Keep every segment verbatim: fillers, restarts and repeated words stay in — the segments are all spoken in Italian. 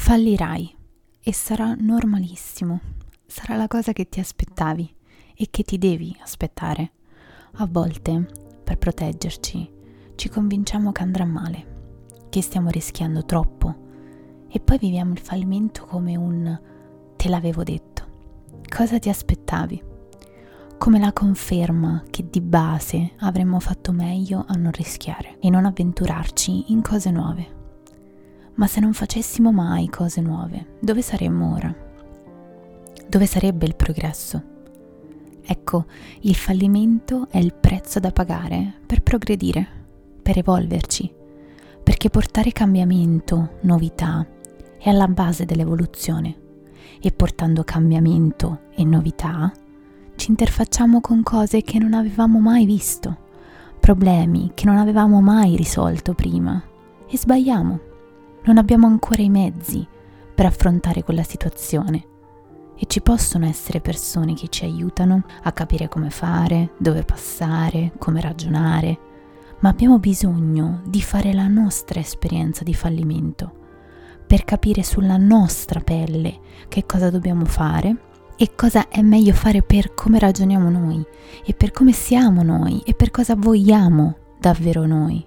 Fallirai e sarà normalissimo, sarà la cosa che ti aspettavi e che ti devi aspettare. A volte, per proteggerci, ci convinciamo che andrà male, che stiamo rischiando troppo e poi viviamo il fallimento come un te l'avevo detto. Cosa ti aspettavi? Come la conferma che di base avremmo fatto meglio a non rischiare e non avventurarci in cose nuove. Ma se non facessimo mai cose nuove, dove saremmo ora? Dove sarebbe il progresso? Ecco, il fallimento è il prezzo da pagare per progredire, per evolverci, perché portare cambiamento, novità, è alla base dell'evoluzione e portando cambiamento e novità ci interfacciamo con cose che non avevamo mai visto, problemi che non avevamo mai risolto prima e sbagliamo. Non abbiamo ancora i mezzi per affrontare quella situazione e ci possono essere persone che ci aiutano a capire come fare, dove passare, come ragionare, ma abbiamo bisogno di fare la nostra esperienza di fallimento per capire sulla nostra pelle che cosa dobbiamo fare e cosa è meglio fare per come ragioniamo noi e per come siamo noi e per cosa vogliamo davvero noi.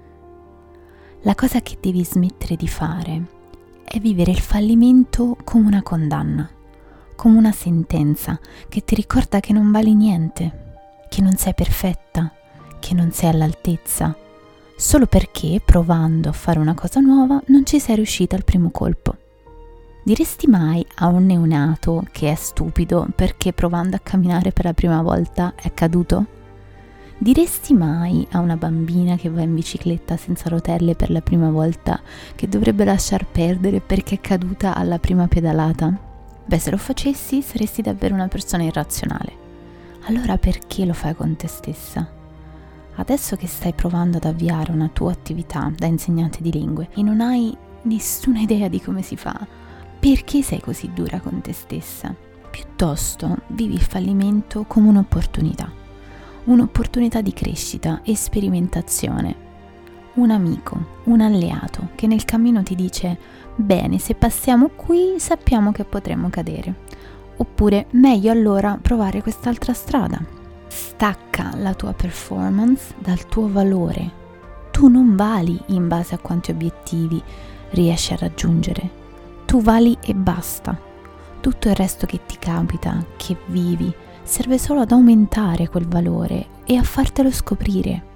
La cosa che devi smettere di fare è vivere il fallimento come una condanna, come una sentenza che ti ricorda che non vali niente, che non sei perfetta, che non sei all'altezza, solo perché provando a fare una cosa nuova non ci sei riuscita al primo colpo. Diresti mai a un neonato che è stupido perché provando a camminare per la prima volta è caduto? Diresti mai a una bambina che va in bicicletta senza rotelle per la prima volta che dovrebbe lasciar perdere perché è caduta alla prima pedalata? Beh, se lo facessi saresti davvero una persona irrazionale. Allora perché lo fai con te stessa? Adesso che stai provando ad avviare una tua attività da insegnante di lingue e non hai nessuna idea di come si fa, perché sei così dura con te stessa? Piuttosto vivi il fallimento come un'opportunità. Un'opportunità di crescita e sperimentazione. Un amico, un alleato che nel cammino ti dice bene, se passiamo qui sappiamo che potremo cadere, oppure meglio allora provare quest'altra strada. Stacca la tua performance dal tuo valore. Tu non vali in base a quanti obiettivi riesci a raggiungere, tu vali e basta. Tutto il resto che ti capita, che vivi, serve solo ad aumentare quel valore e a fartelo scoprire.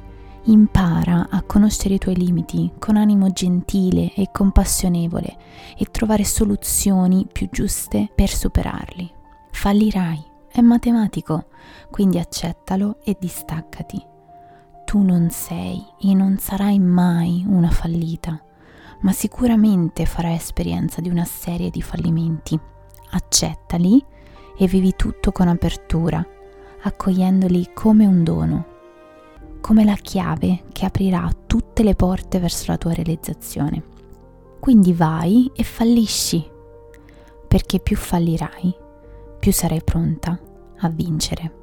Impara a conoscere i tuoi limiti con animo gentile e compassionevole e trovare soluzioni più giuste per superarli. Fallirai, è matematico, quindi accettalo e distaccati. Tu non sei e non sarai mai una fallita, ma sicuramente farai esperienza di una serie di fallimenti. Accettali e vivi tutto con apertura, accogliendoli come un dono, come la chiave che aprirà tutte le porte verso la tua realizzazione. Quindi vai e fallisci, perché più fallirai, più sarai pronta a vincere.